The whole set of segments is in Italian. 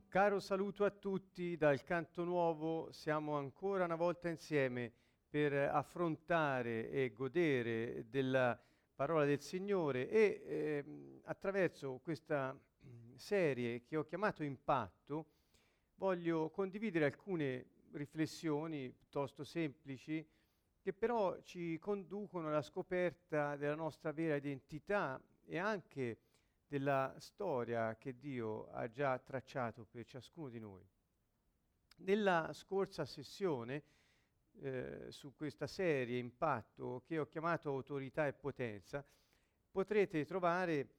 Caro saluto a tutti dal Canto Nuovo, siamo ancora una volta insieme per affrontare e godere della parola del Signore e attraverso questa serie che ho chiamato Impatto voglio condividere alcune riflessioni piuttosto semplici che però ci conducono alla scoperta della nostra vera identità e anche della storia che Dio ha già tracciato per ciascuno di noi. Nella scorsa sessione, su questa serie Impatto, che ho chiamato Autorità e Potenza, potrete trovare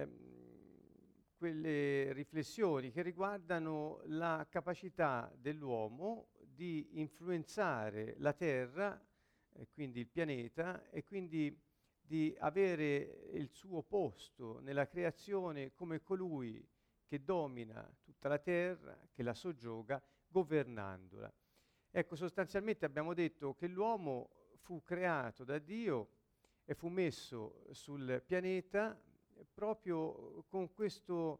quelle riflessioni che riguardano la capacità dell'uomo di influenzare la Terra, quindi il pianeta, e quindi di avere il suo posto nella creazione come colui che domina tutta la terra, che la soggioga, governandola. Ecco, sostanzialmente abbiamo detto che l'uomo fu creato da Dio e fu messo sul pianeta proprio con questo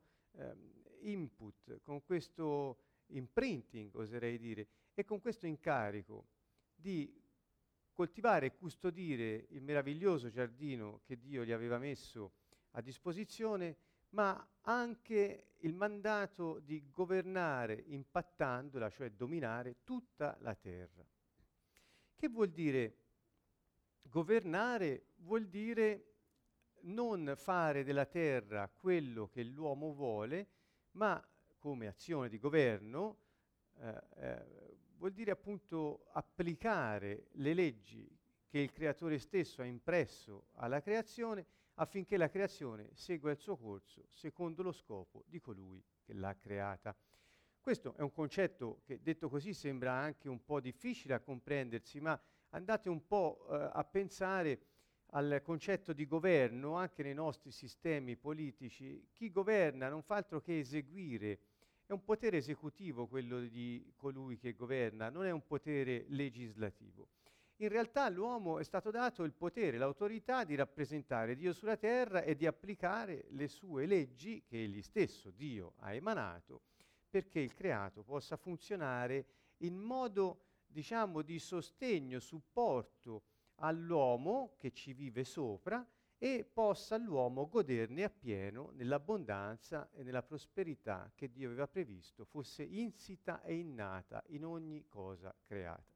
input, con questo imprinting, oserei dire, e con questo incarico di coltivare e custodire il meraviglioso giardino che Dio gli aveva messo a disposizione, ma anche il mandato di governare impattandola, cioè dominare tutta la terra. Che vuol dire governare? Vuol dire non fare della terra quello che l'uomo vuole, ma come azione di governo vuol dire appunto applicare le leggi che il creatore stesso ha impresso alla creazione affinché la creazione segua il suo corso secondo lo scopo di colui che l'ha creata. Questo è un concetto che detto così sembra anche un po' difficile a comprendersi, ma andate un po' a pensare al concetto di governo anche nei nostri sistemi politici. Chi governa non fa altro che eseguire. È un potere esecutivo quello di colui che governa, non è un potere legislativo. In realtà all'uomo è stato dato il potere, l'autorità di rappresentare Dio sulla terra e di applicare le sue leggi che egli stesso, Dio, ha emanato perché il creato possa funzionare in modo, diciamo, di sostegno, supporto all'uomo che ci vive sopra e possa l'uomo goderne appieno nell'abbondanza e nella prosperità che Dio aveva previsto fosse insita e innata in ogni cosa creata.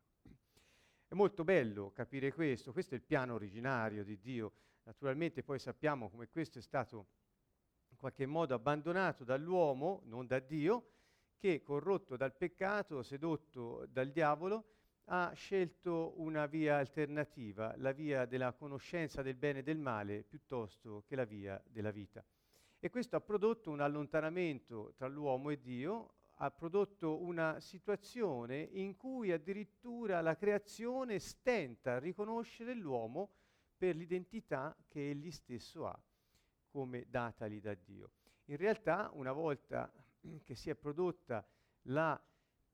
È molto bello capire questo è il piano originario di Dio. Naturalmente poi sappiamo come questo è stato in qualche modo abbandonato dall'uomo, non da Dio, che corrotto dal peccato, sedotto dal diavolo, ha scelto una via alternativa, la via della conoscenza del bene e del male, piuttosto che la via della vita. E questo ha prodotto un allontanamento tra l'uomo e Dio, ha prodotto una situazione in cui addirittura la creazione stenta a riconoscere l'uomo per l'identità che egli stesso ha, come datagli da Dio. In realtà, una volta che si è prodotta la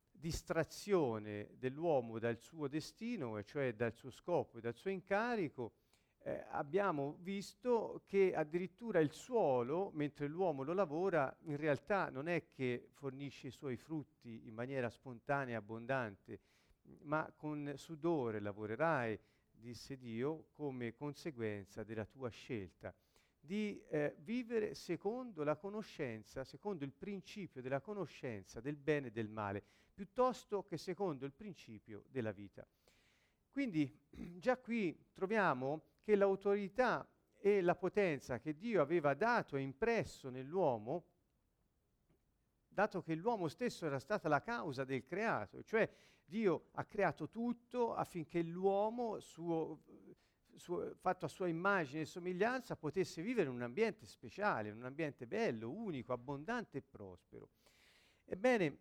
distrazione dell'uomo dal suo destino, e cioè dal suo scopo e dal suo incarico, abbiamo visto che addirittura il suolo, mentre l'uomo lo lavora, in realtà non è che fornisce i suoi frutti in maniera spontanea e abbondante, ma con sudore lavorerai, disse Dio, come conseguenza della tua scelta di vivere secondo la conoscenza, secondo il principio della conoscenza del bene e del male, piuttosto che secondo il principio della vita. Quindi già qui troviamo che l'autorità e la potenza che Dio aveva dato e impresso nell'uomo, dato che l'uomo stesso era stata la causa del creato, cioè Dio ha creato tutto affinché l'uomo, fatto a sua immagine e somiglianza, potesse vivere in un ambiente speciale, in un ambiente bello, unico, abbondante e prospero. Ebbene,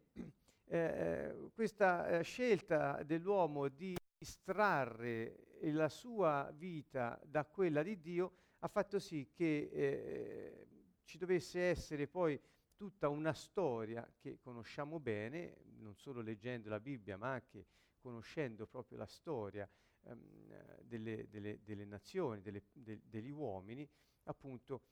questa scelta dell'uomo di distrarre la sua vita da quella di Dio ha fatto sì che ci dovesse essere poi tutta una storia che conosciamo bene, non solo leggendo la Bibbia, ma anche conoscendo proprio la storia delle nazioni, degli uomini, appunto,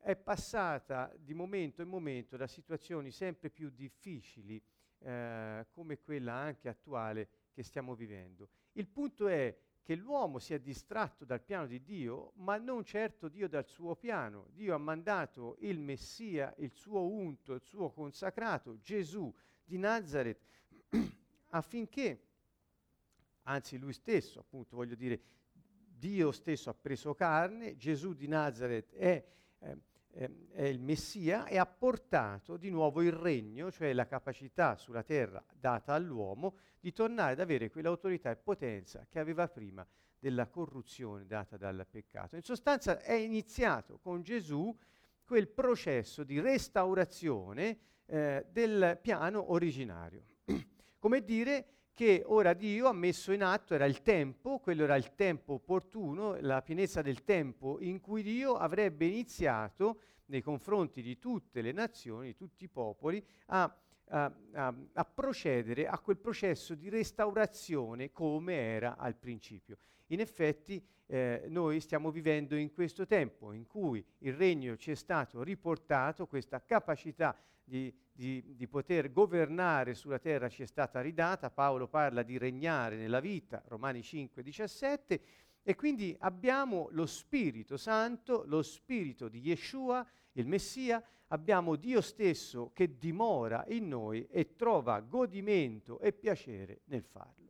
è passata di momento in momento da situazioni sempre più difficili, come quella anche attuale che stiamo vivendo. Il punto è che l'uomo si è distratto dal piano di Dio, ma non certo Dio dal suo piano. Dio ha mandato il Messia, il suo unto, il suo consacrato, Gesù di Nazaret, affinché, anzi lui stesso, appunto, voglio dire, Dio stesso ha preso carne, Gesù di Nazaret è il Messia e ha portato di nuovo il regno, cioè la capacità sulla terra data all'uomo di tornare ad avere quell'autorità e potenza che aveva prima della corruzione data dal peccato. In sostanza è iniziato con Gesù quel processo di restaurazione del piano originario. Come dire che ora Dio ha messo in atto, era il tempo, quello era il tempo opportuno, la pienezza del tempo in cui Dio avrebbe iniziato nei confronti di tutte le nazioni, di tutti i popoli, a procedere a quel processo di restaurazione come era al principio. In effetti noi stiamo vivendo in questo tempo in cui il regno ci è stato riportato, questa capacità di poter governare sulla terra ci è stata ridata. Paolo parla di regnare nella vita, Romani 5,17, e quindi abbiamo lo Spirito Santo, lo Spirito di Yeshua, il Messia, abbiamo Dio stesso che dimora in noi e trova godimento e piacere nel farlo.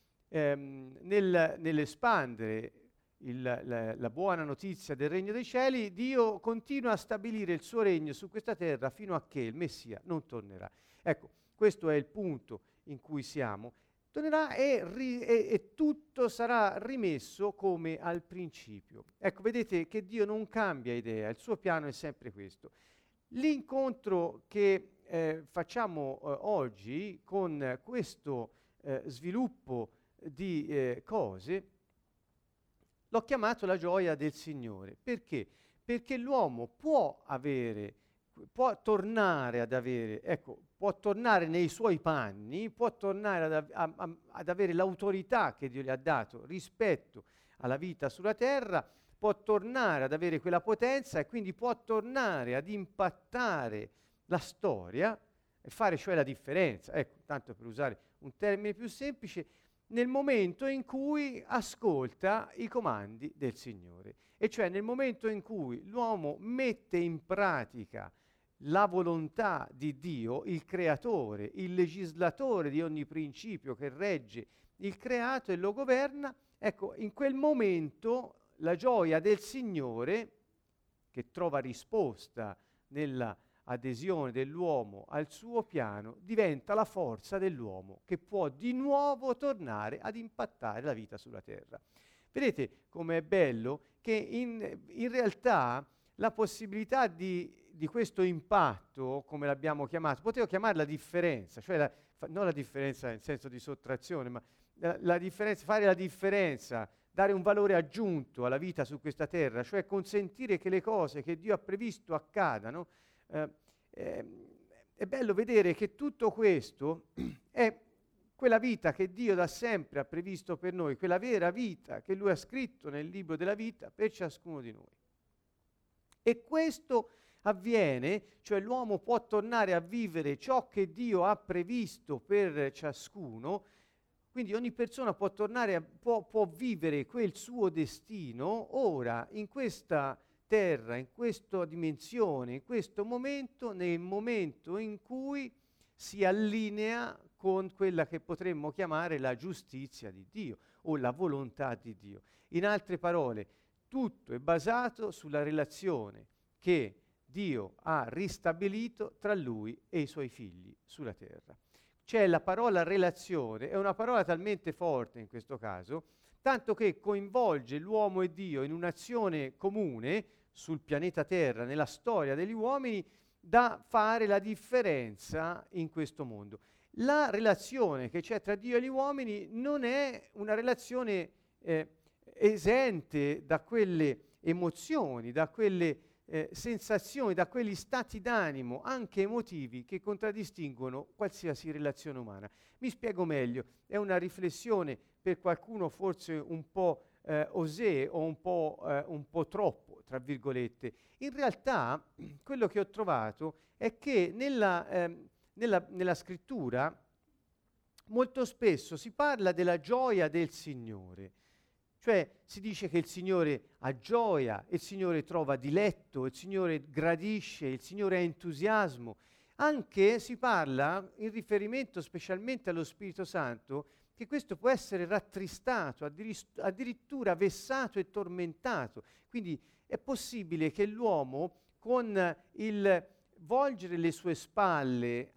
Nell'espandere la buona notizia del regno dei cieli, Dio continua a stabilire il suo regno su questa terra fino a che il Messia non tornerà. Ecco, questo è il punto in cui siamo. Tornerà e tutto sarà rimesso come al principio. Ecco, vedete che Dio non cambia idea, il suo piano è sempre questo. L'incontro che facciamo oggi con questo sviluppo di cose l'ho chiamato la gioia del Signore. Perché? Perché l'uomo può tornare ad avere, ecco, può tornare nei suoi panni, può tornare ad avere l'autorità che Dio gli ha dato rispetto alla vita sulla terra, può tornare ad avere quella potenza e quindi può tornare ad impattare la storia e fare cioè la differenza, ecco, tanto per usare un termine più semplice, nel momento in cui ascolta i comandi del Signore, e cioè nel momento in cui l'uomo mette in pratica la volontà di Dio, il creatore, il legislatore di ogni principio che regge il creato e lo governa, ecco, in quel momento la gioia del Signore, che trova risposta nella adesione dell'uomo al suo piano, diventa la forza dell'uomo che può di nuovo tornare ad impattare la vita sulla terra. Vedete com'è bello che in realtà la possibilità di questo impatto, come l'abbiamo chiamato, potevo chiamarla differenza, cioè non la differenza nel senso di sottrazione, ma la differenza, fare la differenza, dare un valore aggiunto alla vita su questa terra, cioè consentire che le cose che Dio ha previsto accadano. È bello vedere che tutto questo è quella vita che Dio da sempre ha previsto per noi, quella vera vita che Lui ha scritto nel libro della vita per ciascuno di noi. E questo avviene, cioè l'uomo può tornare a vivere ciò che Dio ha previsto per ciascuno, quindi ogni persona può tornare, può vivere quel suo destino ora, in questa terra, in questa dimensione, in questo momento, nel momento in cui si allinea con quella che potremmo chiamare la giustizia di Dio o la volontà di Dio. In altre parole, tutto è basato sulla relazione che Dio ha ristabilito tra Lui e i Suoi figli sulla terra. C'è la parola relazione, è una parola talmente forte in questo caso, tanto che coinvolge l'uomo e Dio in un'azione comune sul pianeta Terra, nella storia degli uomini, da fare la differenza in questo mondo. La relazione che c'è tra Dio e gli uomini non è una relazione esente da quelle emozioni, da quelle sensazioni, da quegli stati d'animo, anche emotivi, che contraddistinguono qualsiasi relazione umana. Mi spiego meglio, è una riflessione per qualcuno forse un po' osé o un po' troppo, tra virgolette. In realtà quello che ho trovato è che nella scrittura molto spesso si parla della gioia del Signore. Cioè si dice che il Signore ha gioia, il Signore trova diletto, il Signore gradisce, il Signore ha entusiasmo. Anche si parla, in riferimento specialmente allo Spirito Santo, che questo può essere rattristato, addirittura vessato e tormentato. Quindi è possibile che l'uomo, con il volgere le sue spalle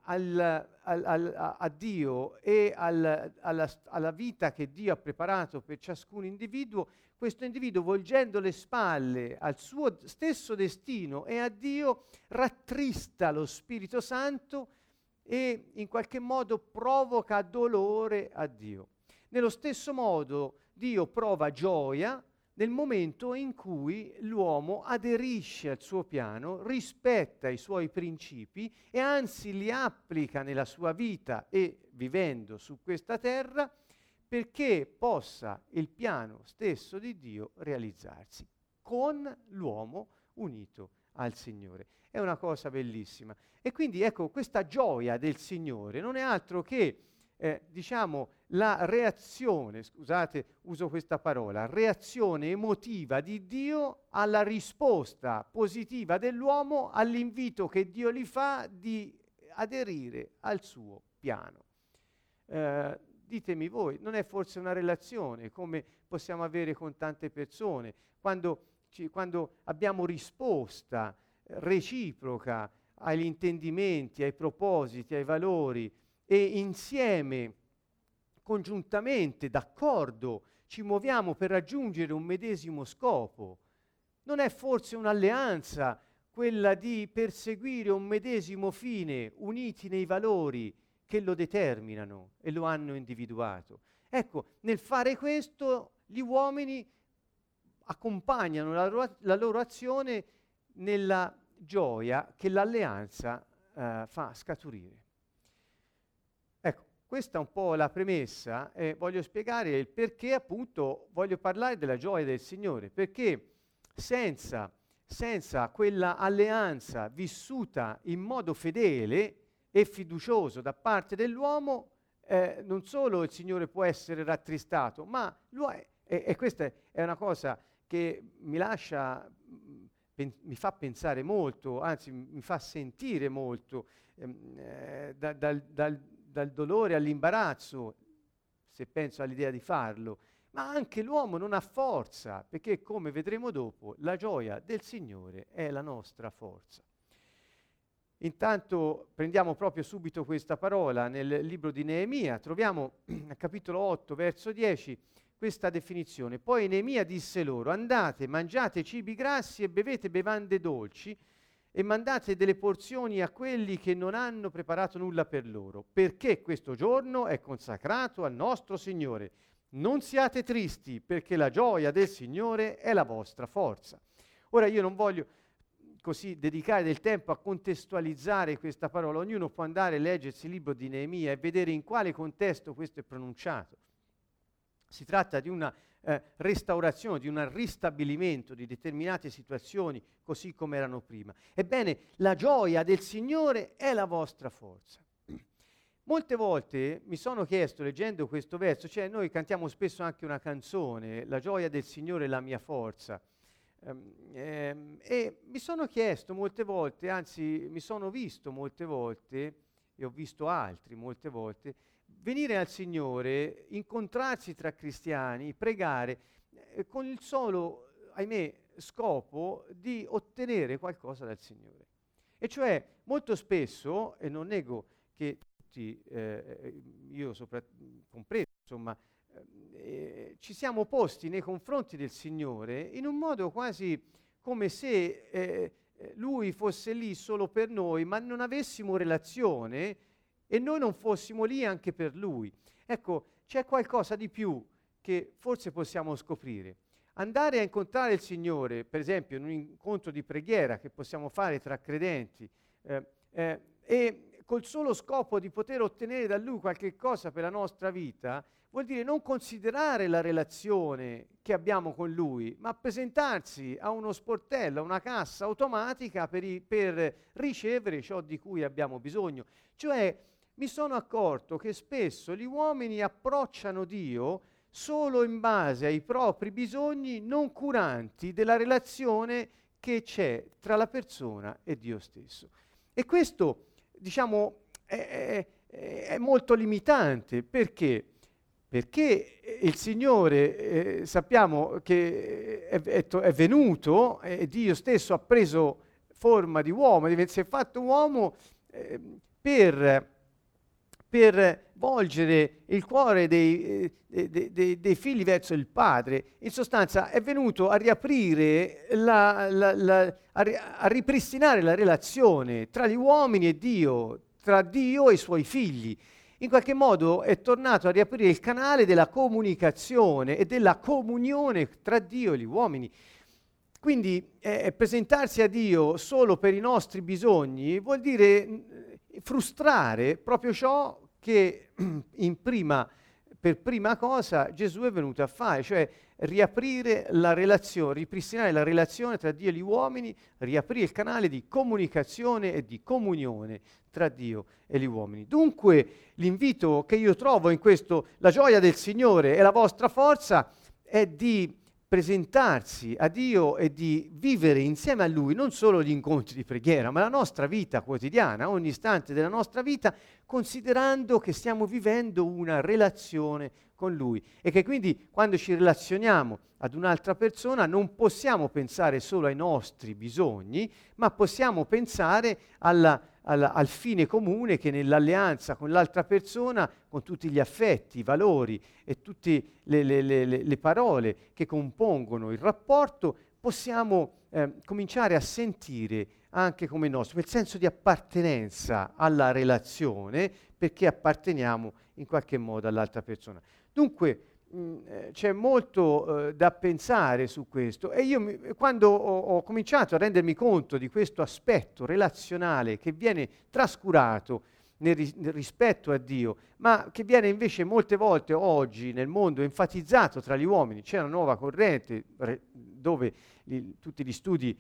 a Dio e alla vita che Dio ha preparato per ciascun individuo, questo individuo, volgendo le spalle al suo stesso destino e a Dio, rattrista lo Spirito Santo e in qualche modo provoca dolore a Dio. Nello stesso modo Dio prova gioia nel momento in cui l'uomo aderisce al suo piano, rispetta i suoi principi e anzi li applica nella sua vita e vivendo su questa terra, perché possa il piano stesso di Dio realizzarsi con l'uomo unito al Signore. È una cosa bellissima. E quindi ecco, questa gioia del Signore non è altro che diciamo la reazione, scusate, uso questa parola, reazione emotiva di Dio alla risposta positiva dell'uomo all'invito che Dio gli fa di aderire al suo piano. Ditemi voi, non è forse una relazione come possiamo avere con tante persone, quando abbiamo risposta reciproca agli intendimenti, ai propositi, ai valori, e insieme, congiuntamente, d'accordo, ci muoviamo per raggiungere un medesimo scopo. Non è forse un'alleanza quella di perseguire un medesimo fine, uniti nei valori che lo determinano e lo hanno individuato? Ecco, nel fare questo, gli uomini accompagnano la loro azione nella gioia che l'alleanza fa scaturire. Ecco, questa è un po' la premessa e voglio spiegare il perché appunto voglio parlare della gioia del Signore, perché senza quella alleanza vissuta in modo fedele e fiducioso da parte dell'uomo, non solo il Signore può essere rattristato, ma e questa è una cosa che mi lascia, mi fa pensare molto, anzi mi fa sentire molto dal dolore all'imbarazzo, se penso all'idea di farlo, ma anche l'uomo non ha forza, perché come vedremo dopo, la gioia del Signore è la nostra forza. Intanto prendiamo proprio subito questa parola nel libro di Neemia, troviamo al capitolo 8, verso 10, questa definizione. Poi Neemia disse loro: andate, mangiate cibi grassi e bevete bevande dolci, e mandate delle porzioni a quelli che non hanno preparato nulla per loro, perché questo giorno è consacrato al nostro Signore. Non siate tristi, perché la gioia del Signore è la vostra forza. Ora io non voglio così dedicare del tempo a contestualizzare questa parola, ognuno può andare a leggersi il libro di Neemia e vedere in quale contesto questo è pronunciato. Si tratta di una restaurazione, di un ristabilimento di determinate situazioni così come erano prima. Ebbene, la gioia del Signore è la vostra forza. Molte volte mi sono chiesto, leggendo questo verso, cioè noi cantiamo spesso anche una canzone, la gioia del Signore è la mia forza, e mi sono chiesto molte volte, anzi mi sono visto molte volte, e ho visto altri molte volte, venire al Signore, incontrarsi tra cristiani, pregare, con il solo, ahimè, scopo di ottenere qualcosa dal Signore. E cioè, molto spesso, e non nego che tutti, io compreso, insomma, ci siamo posti nei confronti del Signore in un modo quasi come se Lui fosse lì solo per noi, ma non avessimo relazione e noi non fossimo lì anche per Lui. Ecco, c'è qualcosa di più che forse possiamo scoprire. Andare a incontrare il Signore, per esempio in un incontro di preghiera che possiamo fare tra credenti, e col solo scopo di poter ottenere da Lui qualche cosa per la nostra vita, vuol dire non considerare la relazione che abbiamo con Lui, ma presentarsi a uno sportello, a una cassa automatica per ricevere ciò di cui abbiamo bisogno. Cioè, mi sono accorto che spesso gli uomini approcciano Dio solo in base ai propri bisogni, non curanti della relazione che c'è tra la persona e Dio stesso. E questo, diciamo, è molto limitante. Perché? Perché il Signore, sappiamo che è venuto, e Dio stesso ha preso forma di uomo, si è fatto uomo per volgere il cuore dei figli verso il Padre. In sostanza è venuto a riaprire, a ripristinare la relazione tra gli uomini e Dio, tra Dio e i suoi figli. In qualche modo è tornato a riaprire il canale della comunicazione e della comunione tra Dio e gli uomini. Quindi presentarsi a Dio solo per i nostri bisogni vuol dire frustrare proprio ciò che per prima cosa Gesù è venuto a fare, cioè riaprire la relazione, ripristinare la relazione tra Dio e gli uomini, riaprire il canale di comunicazione e di comunione tra Dio e gli uomini. Dunque l'invito che io trovo in questo, la gioia del Signore e la vostra forza, è di presentarsi a Dio e di vivere insieme a Lui non solo gli incontri di preghiera, ma la nostra vita quotidiana, ogni istante della nostra vita, considerando che stiamo vivendo una relazione con Lui e che quindi quando ci relazioniamo ad un'altra persona non possiamo pensare solo ai nostri bisogni, ma possiamo pensare al fine comune che nell'alleanza con l'altra persona, con tutti gli affetti, i valori e tutte le parole che compongono il rapporto, possiamo cominciare a sentire anche come nostro, quel senso di appartenenza alla relazione, perché apparteniamo in qualche modo all'altra persona. Dunque c'è molto da pensare su questo, e io quando ho cominciato a rendermi conto di questo aspetto relazionale che viene trascurato nel rispetto a Dio, ma che viene invece molte volte oggi nel mondo enfatizzato tra gli uomini, c'è una nuova corrente dove tutti gli studi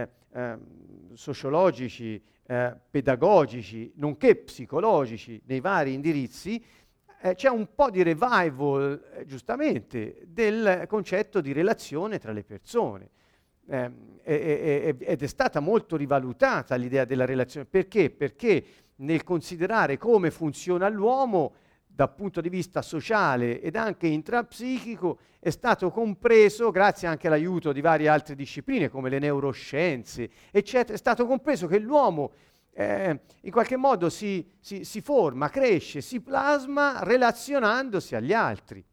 sociologici, pedagogici, nonché psicologici nei vari indirizzi, c'è un po' di revival, giustamente, del concetto di relazione tra le persone. Ed è stata molto rivalutata l'idea della relazione. Perché? Perché nel considerare come funziona l'uomo dal punto di vista sociale ed anche intrapsichico è stato compreso, grazie anche all'aiuto di varie altre discipline come le neuroscienze, eccetera, è stato compreso che l'uomo in qualche modo si forma, cresce, si plasma relazionandosi agli altri.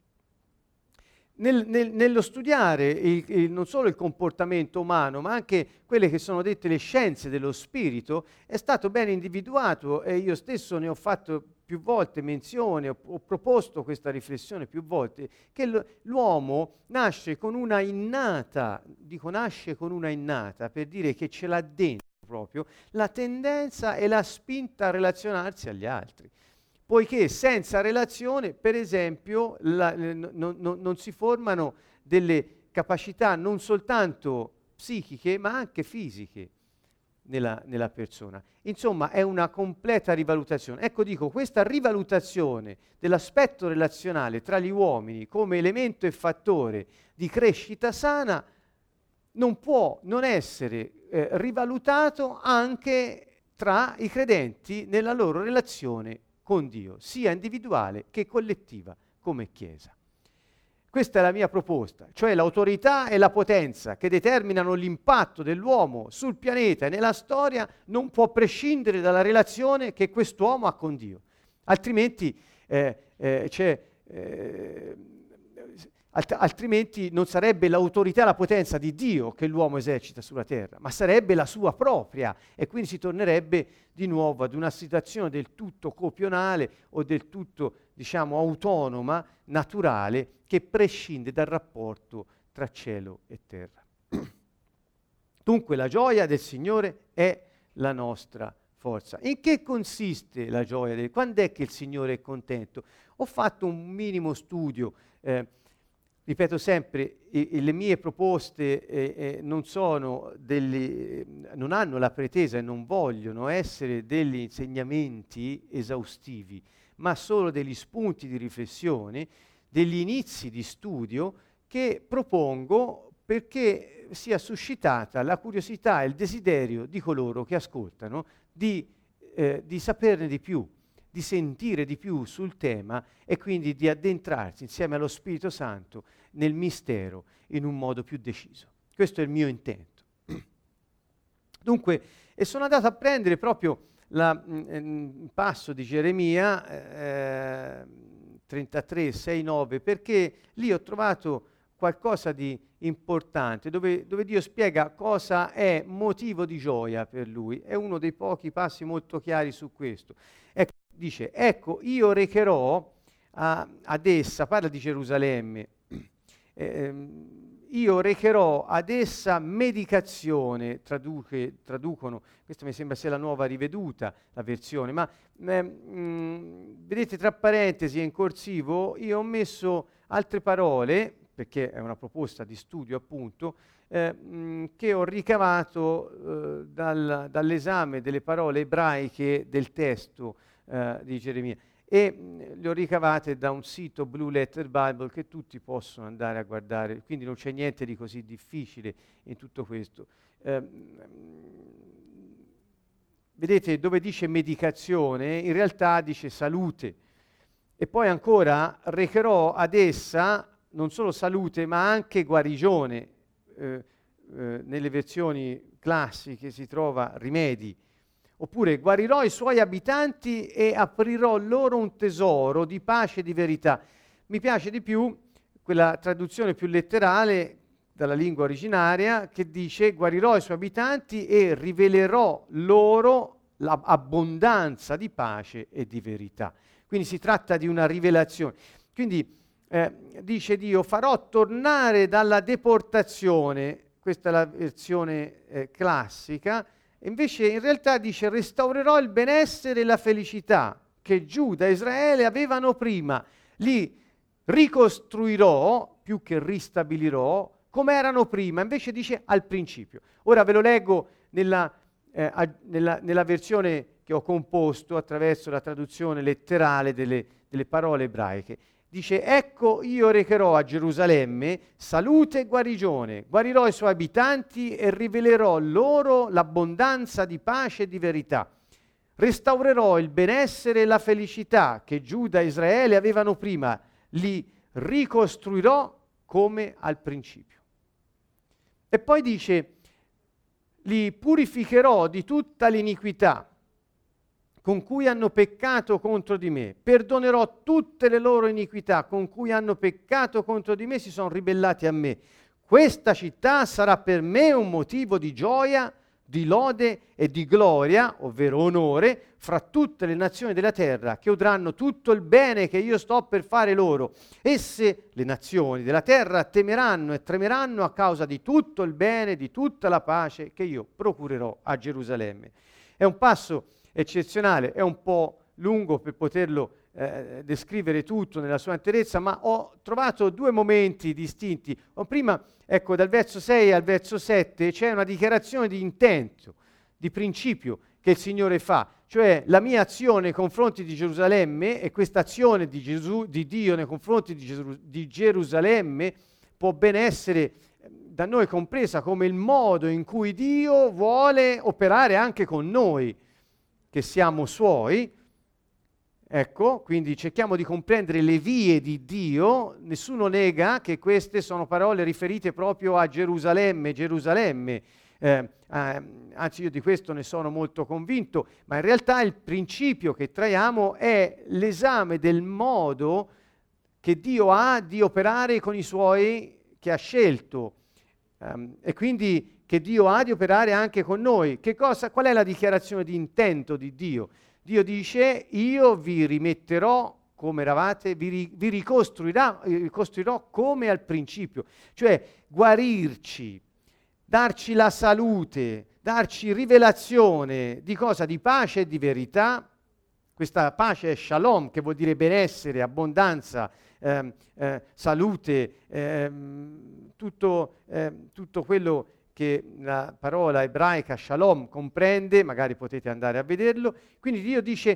Nello studiare non solo il comportamento umano, ma anche quelle che sono dette le scienze dello spirito, è stato ben individuato, e io stesso ne ho fatto più volte menzione, ho proposto questa riflessione più volte, che l'uomo nasce con una innata, dico nasce con una innata, per dire che ce l'ha dentro proprio, la tendenza e la spinta a relazionarsi agli altri. Poiché senza relazione, per esempio, non si formano delle capacità non soltanto psichiche, ma anche fisiche nella persona. Insomma, è una completa rivalutazione. Ecco, dico, questa rivalutazione dell'aspetto relazionale tra gli uomini come elemento e fattore di crescita sana non può non essere rivalutato anche tra i credenti nella loro relazione con Dio, sia individuale che collettiva come Chiesa. Questa è la mia proposta, cioè l'autorità e la potenza che determinano l'impatto dell'uomo sul pianeta e nella storia non può prescindere dalla relazione che quest'uomo ha con Dio. Altrimenti altrimenti non sarebbe l'autorità e la potenza di Dio che l'uomo esercita sulla terra, ma sarebbe la sua propria, e quindi si tornerebbe di nuovo ad una situazione del tutto copionale o del tutto, diciamo, autonoma, naturale, che prescinde dal rapporto tra cielo e terra. Dunque la gioia del Signore è la nostra forza. In che consiste la gioia? Quando è che il Signore è contento? Ho fatto un minimo studio, ripeto sempre, le mie proposte non hanno la pretesa e non vogliono essere degli insegnamenti esaustivi, ma solo degli spunti di riflessione, degli inizi di studio che propongo perché sia suscitata la curiosità e il desiderio di coloro che ascoltano di saperne di più, di sentire di più sul tema e quindi di addentrarsi insieme allo Spirito Santo nel mistero in un modo più deciso. Questo è il mio intento. Dunque, e sono andato a prendere proprio il passo di Geremia 33, 6, 9, perché lì ho trovato qualcosa di importante, dove Dio spiega cosa è motivo di gioia per lui. È uno dei pochi passi molto chiari su questo. Ecco, dice, ecco, io recherò ad essa, parla di Gerusalemme, io recherò ad essa medicazione, traducono, questa mi sembra sia la nuova riveduta, la versione, ma vedete tra parentesi e in corsivo io ho messo altre parole, perché è una proposta di studio appunto, che ho ricavato dall'esame delle parole ebraiche del testo di Geremia e le ho ricavate da un sito Blue Letter Bible che tutti possono andare a guardare, quindi non c'è niente di così difficile in tutto questo. Vedete dove dice medicazione, in realtà dice salute. E poi ancora recherò ad essa non solo salute ma anche guarigione. Nelle versioni classiche si trova rimedi. Oppure guarirò i suoi abitanti e aprirò loro un tesoro di pace e di verità. Mi piace di più quella traduzione più letterale dalla lingua originaria che dice guarirò i suoi abitanti e rivelerò loro l'abbondanza di pace e di verità. Quindi si tratta di una rivelazione. Quindi dice Dio, farò tornare dalla deportazione, questa è la versione classica, e invece in realtà dice restaurerò il benessere e la felicità che Giuda e Israele avevano prima, li ricostruirò più che ristabilirò come erano prima, invece dice al principio. Ora ve lo leggo nella versione che ho composto attraverso la traduzione letterale delle parole ebraiche. Dice, ecco io recherò a Gerusalemme salute e guarigione, guarirò i suoi abitanti e rivelerò loro l'abbondanza di pace e di verità. Restaurerò il benessere e la felicità che Giuda e Israele avevano prima, li ricostruirò come al principio. E poi dice, li purificherò di tutta l'iniquità con cui hanno peccato contro di me. Perdonerò tutte le loro iniquità con cui hanno peccato contro di me, si sono ribellati a me. Questa città sarà per me un motivo di gioia, di lode e di gloria, ovvero onore, fra tutte le nazioni della terra che udranno tutto il bene che io sto per fare loro. Esse, le nazioni della terra, temeranno e tremeranno a causa di tutto il bene, di tutta la pace che io procurerò a Gerusalemme. È un passo eccezionale, è un po' lungo per poterlo descrivere tutto nella sua interezza, ma ho trovato due momenti distinti. Prima, ecco, dal verso 6 al verso 7 c'è una dichiarazione di intento, di principio che il Signore fa, cioè la mia azione nei confronti di Gerusalemme e questa azione di Dio nei confronti di Gerusalemme può ben essere da noi compresa come il modo in cui Dio vuole operare anche con noi, che siamo suoi. Ecco, quindi cerchiamo di comprendere le vie di Dio. Nessuno nega che queste sono parole riferite proprio a Gerusalemme, anzi io di questo ne sono molto convinto, ma in realtà il principio che traiamo è l'esame del modo che Dio ha di operare con i suoi che ha scelto, e quindi che Dio ha di operare anche con noi. Qual è la dichiarazione di intento di Dio? Dio dice, io vi rimetterò come eravate, vi ricostruirò come al principio, cioè guarirci, darci la salute, darci rivelazione di cosa? Di pace e di verità. Questa pace è shalom, che vuol dire benessere, abbondanza, salute, tutto quello che la parola ebraica shalom comprende, magari potete andare a vederlo. Quindi Dio dice,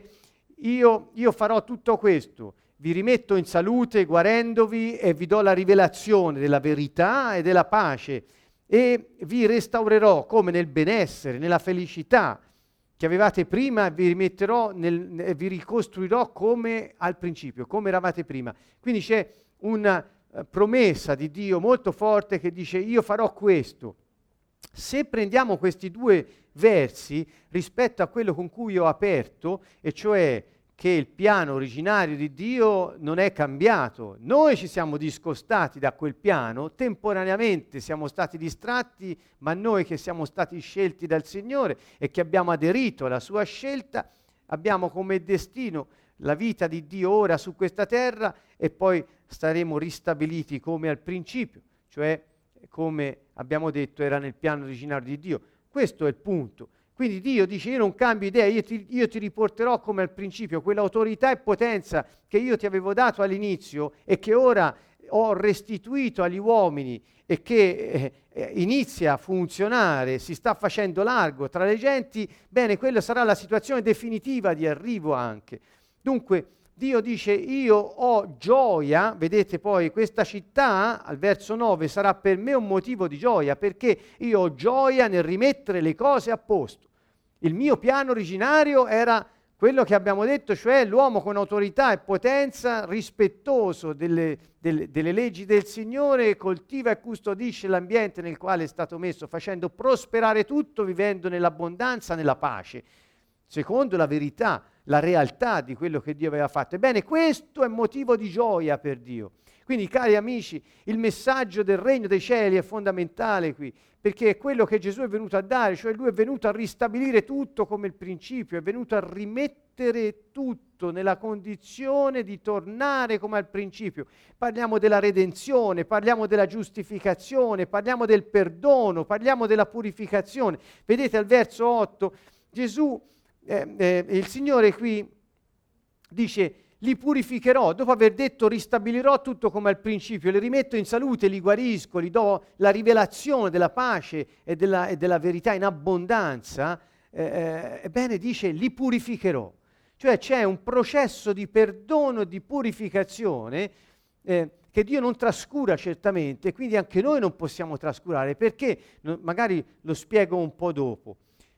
io farò tutto questo, vi rimetto in salute guarendovi e vi do la rivelazione della verità e della pace e vi restaurerò come nel benessere, nella felicità che avevate prima, vi rimetterò, vi ricostruirò come al principio, come eravate prima. Quindi c'è una promessa di Dio molto forte che dice io farò questo. Se prendiamo questi due versi rispetto a quello con cui ho aperto, e cioè che il piano originario di Dio non è cambiato, noi ci siamo discostati da quel piano, temporaneamente siamo stati distratti, ma noi che siamo stati scelti dal Signore e che abbiamo aderito alla sua scelta, abbiamo come destino la vita di Dio ora su questa terra e poi saremo ristabiliti come al principio, cioè come abbiamo detto era nel piano originario di Dio. Questo è il punto. Quindi Dio dice io non cambio idea, io ti riporterò come al principio, quell'autorità e potenza che io ti avevo dato all'inizio e che ora ho restituito agli uomini e che inizia a funzionare, si sta facendo largo tra le genti, bene, quella sarà la situazione definitiva di arrivo anche. Dunque Dio dice io ho gioia, vedete poi questa città al verso 9 sarà per me un motivo di gioia perché io ho gioia nel rimettere le cose a posto. Il mio piano originario era quello che abbiamo detto, cioè l'uomo con autorità e potenza, rispettoso delle leggi del Signore, coltiva e custodisce l'ambiente nel quale è stato messo, facendo prosperare tutto, vivendo nell'abbondanza, nella pace, secondo la verità, la realtà di quello che Dio aveva fatto. Ebbene, questo è motivo di gioia per Dio. Quindi, cari amici, il messaggio del regno dei cieli è fondamentale qui, perché è quello che Gesù è venuto a dare, cioè Lui è venuto a ristabilire tutto come il principio, è venuto a rimettere tutto nella condizione di tornare come al principio. Parliamo della redenzione, parliamo della giustificazione, parliamo del perdono, parliamo della purificazione. Vedete al verso 8, Gesù, il Signore qui dice li purificherò, dopo aver detto ristabilirò tutto come al principio, li rimetto in salute, li guarisco, gli do la rivelazione della pace e della verità in abbondanza, ebbene dice li purificherò. Cioè c'è un processo di perdono e di purificazione che Dio non trascura certamente, quindi anche noi non possiamo trascurare, perché magari lo spiego un po' dopo.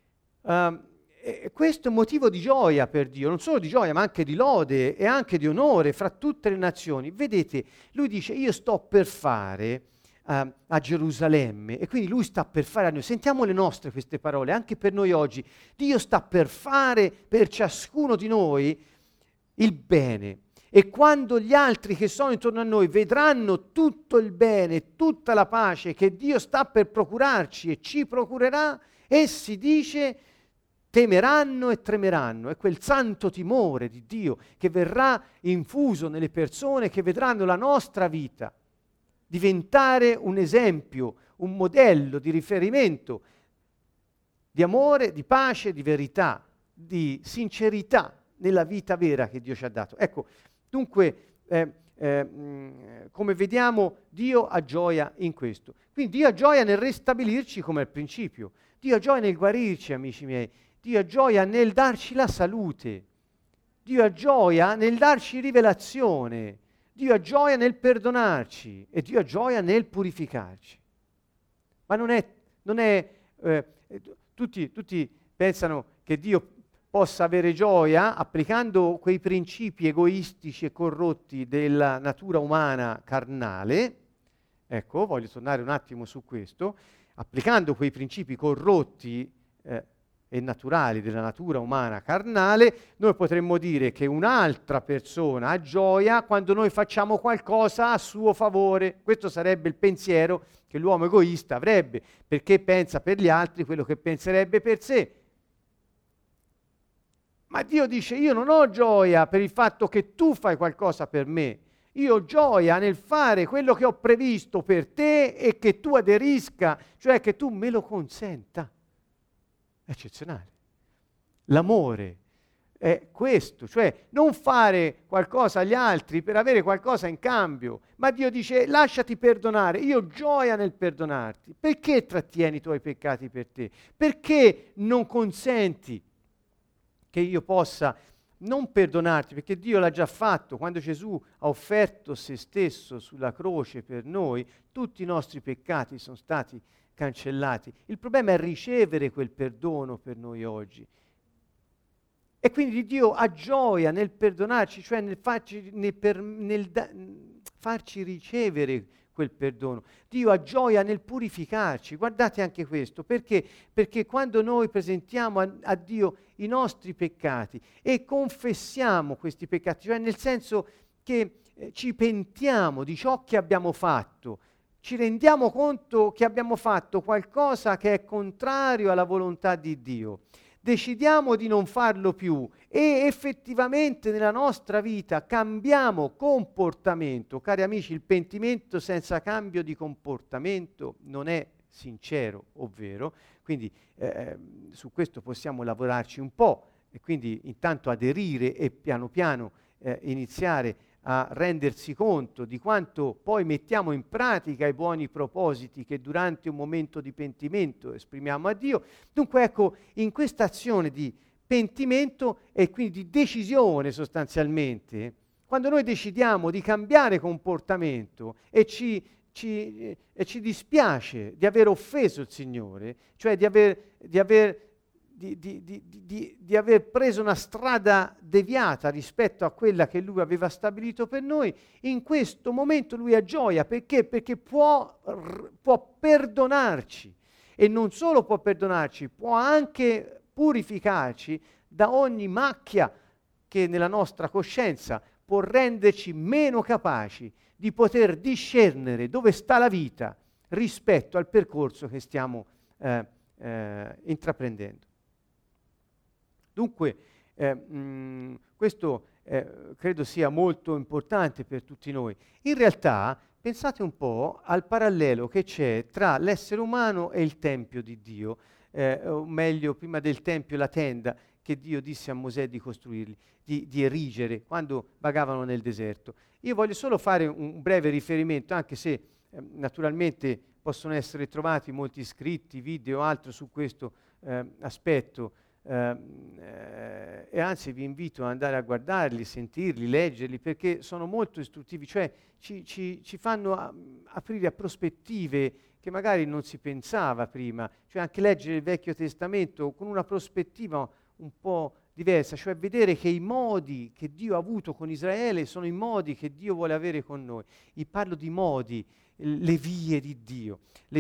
Questo è un motivo di gioia per Dio, non solo di gioia ma anche di lode e anche di onore fra tutte le nazioni. Vedete, lui dice io sto per fare a Gerusalemme e quindi lui sta per fare a noi. Sentiamo le nostre queste parole, anche per noi oggi. Dio sta per fare per ciascuno di noi il bene e quando gli altri che sono intorno a noi vedranno tutto il bene, tutta la pace che Dio sta per procurarci e ci procurerà, essi dice temeranno e tremeranno. È quel santo timore di Dio che verrà infuso nelle persone che vedranno la nostra vita diventare un esempio, un modello di riferimento di amore, di pace, di verità, di sincerità nella vita vera che Dio ci ha dato. Ecco, dunque, come vediamo, Dio ha gioia in questo. Quindi Dio ha gioia nel ristabilirci come al principio. Dio ha gioia nel guarirci, amici miei. Dio ha gioia nel darci la salute, Dio ha gioia nel darci rivelazione, Dio ha gioia nel perdonarci e Dio ha gioia nel purificarci. Ma tutti pensano che Dio possa avere gioia applicando quei principi egoistici e corrotti della natura umana carnale. Ecco, voglio tornare un attimo su questo. Applicando quei principi corrotti e naturali della natura umana carnale, noi potremmo dire che un'altra persona ha gioia quando noi facciamo qualcosa a suo favore. Questo sarebbe il pensiero che l'uomo egoista avrebbe, perché pensa per gli altri quello che penserebbe per sé. Ma Dio dice: io non ho gioia per il fatto che tu fai qualcosa per me, io ho gioia nel fare quello che ho previsto per te e che tu aderisca, cioè che tu me lo consenta. eccezionale. L'amore è questo, cioè non fare qualcosa agli altri per avere qualcosa in cambio, ma Dio dice lasciati perdonare, io gioia nel perdonarti. Perché trattieni i tuoi peccati per te? Perché non consenti che io possa non perdonarti? Perché Dio l'ha già fatto. Quando Gesù ha offerto se stesso sulla croce per noi, tutti i nostri peccati sono stati cancellati. Il problema è ricevere quel perdono per noi oggi. E quindi Dio ha gioia nel perdonarci, cioè nel farci ricevere quel perdono. Dio ha gioia nel purificarci. Guardate anche questo, perché? Perché quando noi presentiamo a Dio i nostri peccati e confessiamo questi peccati, cioè nel senso che ci pentiamo di ciò che abbiamo fatto, ci rendiamo conto che abbiamo fatto qualcosa che è contrario alla volontà di Dio, decidiamo di non farlo più e effettivamente nella nostra vita cambiamo comportamento. Cari amici, il pentimento senza cambio di comportamento non è sincero, ovvero, quindi su questo possiamo lavorarci un po' e quindi intanto aderire e piano piano iniziare a rendersi conto di quanto poi mettiamo in pratica i buoni propositi che durante un momento di pentimento esprimiamo a Dio. Dunque ecco, in questa azione di pentimento e quindi di decisione sostanzialmente, quando noi decidiamo di cambiare comportamento e ci dispiace di aver offeso il Signore, cioè di aver preso una strada deviata rispetto a quella che Lui aveva stabilito per noi, in questo momento Lui ha gioia. Perché? Perché può perdonarci, e non solo può perdonarci, può anche purificarci da ogni macchia che nella nostra coscienza può renderci meno capaci di poter discernere dove sta la vita rispetto al percorso che stiamo intraprendendo. Dunque, questo credo sia molto importante per tutti noi. In realtà, pensate un po' al parallelo che c'è tra l'essere umano e il Tempio di Dio, o meglio, prima del Tempio, la tenda che Dio disse a Mosè di costruirli, di erigere quando vagavano nel deserto. Io voglio solo fare un breve riferimento, anche se naturalmente possono essere trovati molti scritti, video, altro su questo aspetto. E anzi vi invito ad andare a guardarli, sentirli, leggerli, perché sono molto istruttivi, cioè ci fanno aprire a prospettive che magari non si pensava prima, cioè anche leggere il Vecchio Testamento con una prospettiva un po' diversa, cioè vedere che i modi che Dio ha avuto con Israele sono i modi che Dio vuole avere con noi. Io parlo di modi, le vie di Dio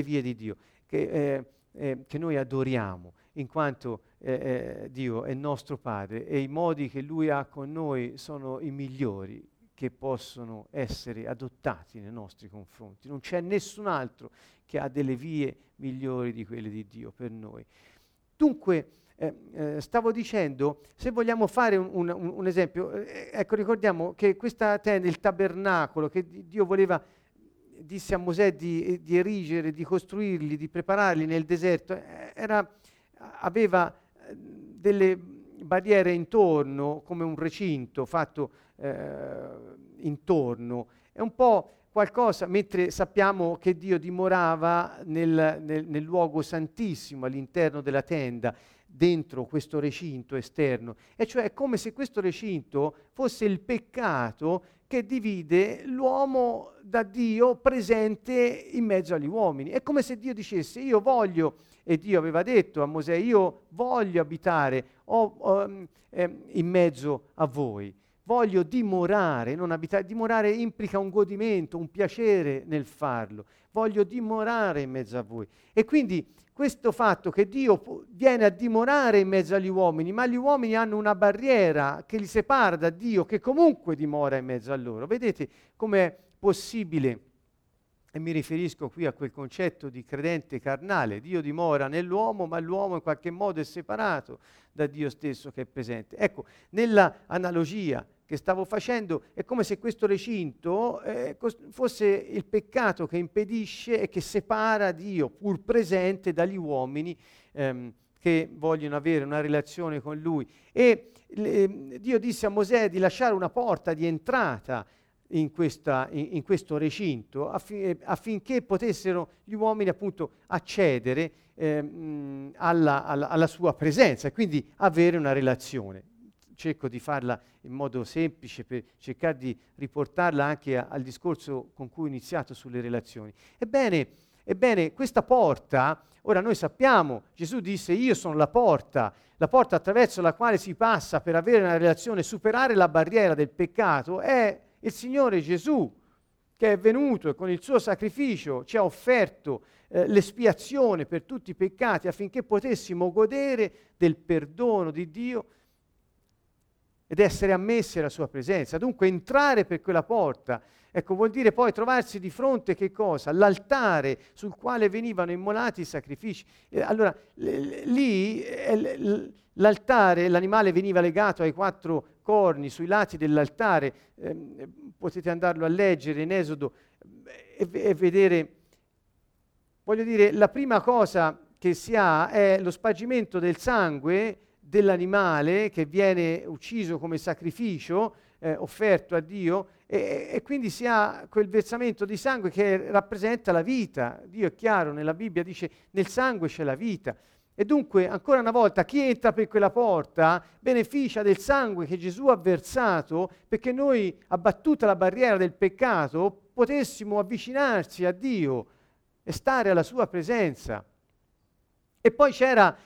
che noi adoriamo, in quanto Dio è nostro Padre e i modi che Lui ha con noi sono i migliori che possono essere adottati nei nostri confronti. Non c'è nessun altro che ha delle vie migliori di quelle di Dio per noi. Dunque, stavo dicendo, se vogliamo fare un esempio, ecco, ricordiamo che questa tenda, il tabernacolo che Dio voleva, disse a Mosè di erigere, di costruirli, di prepararli nel deserto, aveva delle barriere intorno, come un recinto fatto intorno. È un po' qualcosa, mentre sappiamo che Dio dimorava nel luogo santissimo, all'interno della tenda, dentro questo recinto esterno. E cioè è come se questo recinto fosse il peccato che divide l'uomo da Dio presente in mezzo agli uomini. È come se Dio dicesse: io voglio, e Dio aveva detto a Mosè, io voglio abitare in mezzo a voi, voglio dimorare, non abitare. Dimorare implica un godimento, un piacere nel farlo, voglio dimorare in mezzo a voi. E quindi questo fatto che Dio viene a dimorare in mezzo agli uomini, ma gli uomini hanno una barriera che li separa da Dio, che comunque dimora in mezzo a loro. Vedete com'è possibile, e mi riferisco qui a quel concetto di credente carnale: Dio dimora nell'uomo, ma l'uomo in qualche modo è separato da Dio stesso che è presente. Ecco, nella analogia che stavo facendo, è come se questo recinto fosse il peccato che impedisce e che separa Dio, pur presente, dagli uomini che che vogliono avere una relazione con Lui. E Dio disse a Mosè di lasciare una porta di entrata in questo recinto affinché potessero gli uomini appunto accedere alla sua presenza e quindi avere una relazione. Cerco di farla in modo semplice per cercare di riportarla anche al discorso con cui ho iniziato sulle relazioni. Ebbene, questa porta, ora noi sappiamo, Gesù disse: io sono la porta attraverso la quale si passa per avere una relazione, superare la barriera del peccato, è il Signore Gesù, che è venuto e con il suo sacrificio ci ha offerto l'espiazione per tutti i peccati affinché potessimo godere del perdono di Dio ed essere ammessi alla sua presenza. Dunque entrare per quella porta, ecco, vuol dire poi trovarsi di fronte che cosa? L'altare sul quale venivano immolati i sacrifici. Allora, lì l'altare, l'animale veniva legato ai 4 corni sui lati dell'altare, potete andarlo a leggere in Esodo e vedere. Voglio dire, la prima cosa che si ha è lo spargimento del sangue dell'animale che viene ucciso come sacrificio offerto a Dio e quindi si ha quel versamento di sangue che rappresenta la vita. Dio è chiaro, nella Bibbia dice: nel sangue c'è la vita. E dunque, ancora una volta, chi entra per quella porta beneficia del sangue che Gesù ha versato perché noi, abbattuta la barriera del peccato, potessimo avvicinarci a Dio e stare alla sua presenza. E poi c'era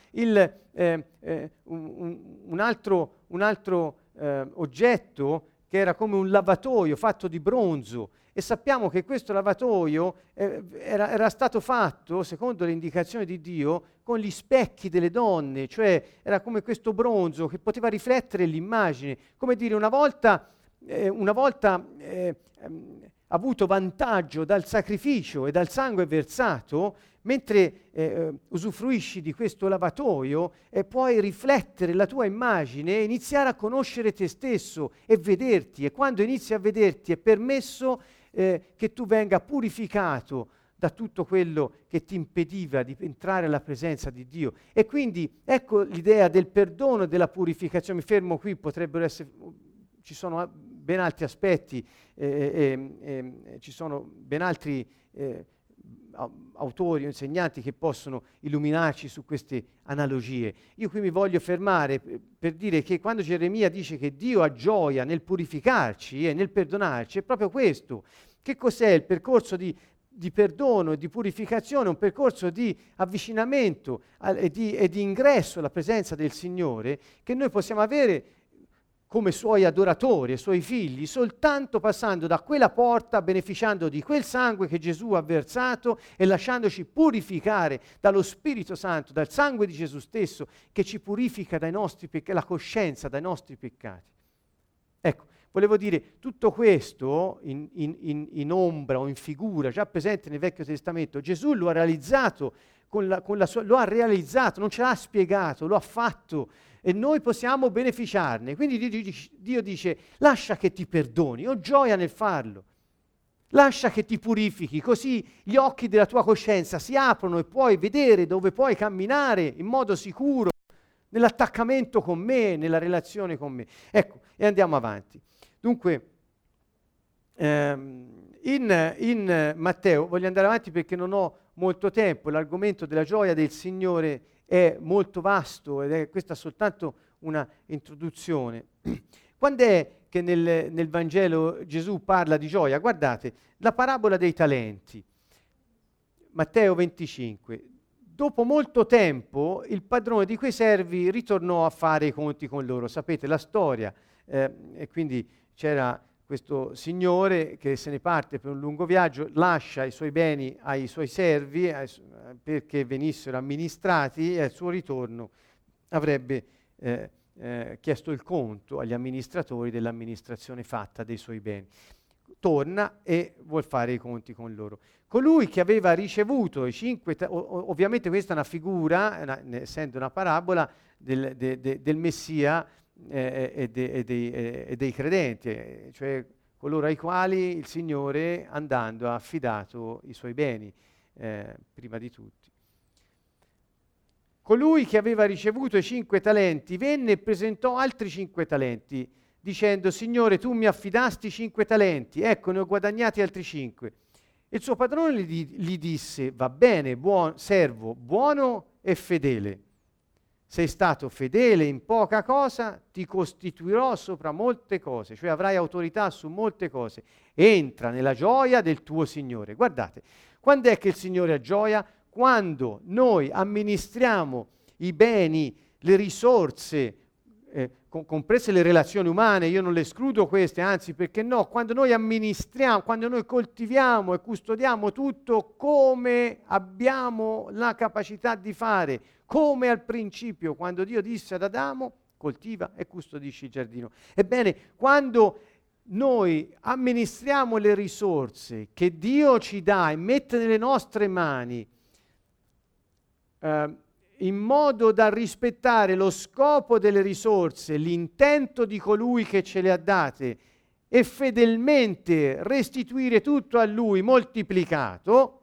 un altro oggetto che era come un lavatoio fatto di bronzo, e sappiamo che questo lavatoio era stato fatto, secondo le indicazioni di Dio, con gli specchi delle donne, cioè era come questo bronzo che poteva riflettere l'immagine, come dire, una volta avuto vantaggio dal sacrificio e dal sangue versato, mentre usufruisci di questo lavatoio puoi riflettere la tua immagine e iniziare a conoscere te stesso e vederti, e quando inizi a vederti è permesso che tu venga purificato da tutto quello che ti impediva di entrare alla presenza di Dio. E quindi ecco l'idea del perdono e della purificazione. Mi fermo qui, potrebbero essere, ci sono ben altri aspetti, ci sono ben altri autori o insegnanti che possono illuminarci su queste analogie. Io qui mi voglio fermare per dire che quando Geremia dice che Dio ha gioia nel purificarci e nel perdonarci, è proprio questo. Che cos'è il percorso di perdono e di purificazione? Un percorso di avvicinamento e di ingresso alla presenza del Signore che noi possiamo avere come suoi adoratori e suoi figli, soltanto passando da quella porta, beneficiando di quel sangue che Gesù ha versato e lasciandoci purificare dallo Spirito Santo, dal sangue di Gesù stesso, che ci purifica dai nostri peccati, la coscienza dai nostri peccati. Ecco, volevo dire, tutto questo in ombra o in figura, già presente nel Vecchio Testamento, Gesù lo ha realizzato, lo ha realizzato, non ce l'ha spiegato, lo ha fatto, e noi possiamo beneficiarne. Quindi Dio dice: lascia che ti perdoni, ho gioia nel farlo, lascia che ti purifichi, così gli occhi della tua coscienza si aprono e puoi vedere dove puoi camminare in modo sicuro, nell'attaccamento con me, nella relazione con me. Ecco, e andiamo avanti. Dunque, in Matteo, voglio andare avanti perché non ho molto tempo, l'argomento della gioia del Signore è molto vasto ed è questa soltanto una introduzione. Quando è che nel Vangelo Gesù parla di gioia? Guardate, la parabola dei talenti, Matteo 25. Dopo molto tempo il padrone di quei servi ritornò a fare i conti con loro. Sapete la storia, e quindi c'era questo signore che se ne parte per un lungo viaggio, lascia i suoi beni ai suoi servi perché venissero amministrati, e al suo ritorno avrebbe chiesto il conto agli amministratori dell'amministrazione fatta dei suoi beni. Torna e vuol fare i conti con loro. Colui che aveva ricevuto i 5 ovviamente questa è una figura, essendo una parabola del Messia e dei credenti, cioè coloro ai quali il Signore, andando, ha affidato i suoi beni, prima di tutti. colui che aveva ricevuto i 5 talenti venne e presentò altri 5 talenti, dicendo: Signore, tu mi affidasti 5 talenti, ecco, ne ho guadagnati altri 5. Il suo padrone gli disse: va bene, servo, buono e fedele. Sei stato fedele in poca cosa, ti costituirò sopra molte cose, cioè avrai autorità su molte cose. Entra nella gioia del tuo Signore. Guardate, quando è che il Signore ha gioia? Quando noi amministriamo i beni, le risorse, comprese le relazioni umane, io non le escludo queste, anzi, perché no, quando noi amministriamo, quando noi coltiviamo e custodiamo tutto come abbiamo la capacità di fare, come al principio, quando Dio disse ad Adamo: coltiva e custodisci il giardino. Ebbene, quando noi amministriamo le risorse che Dio ci dà e mette nelle nostre mani, in modo da rispettare lo scopo delle risorse, l'intento di colui che ce le ha date, e fedelmente restituire tutto a Lui moltiplicato,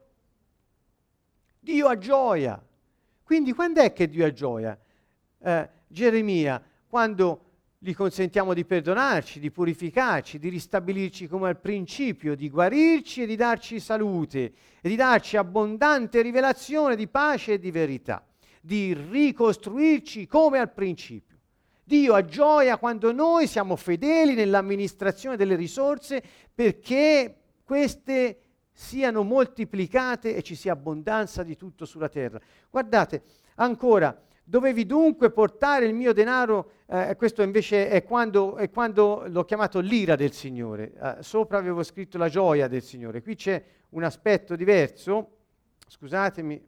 Dio ha gioia. Quindi quando è che Dio ha gioia? Geremia, quando gli consentiamo di perdonarci, di purificarci, di ristabilirci come al principio, di guarirci e di darci salute, e di darci abbondante rivelazione di pace e di verità, di ricostruirci come al principio. Dio ha gioia quando noi siamo fedeli nell'amministrazione delle risorse, perché queste siano moltiplicate e ci sia abbondanza di tutto sulla terra. Guardate, ancora, dovevi dunque portare il mio denaro, questo invece è quando l'ho chiamato l'ira del Signore, sopra avevo scritto la gioia del Signore, qui c'è un aspetto diverso, scusatemi,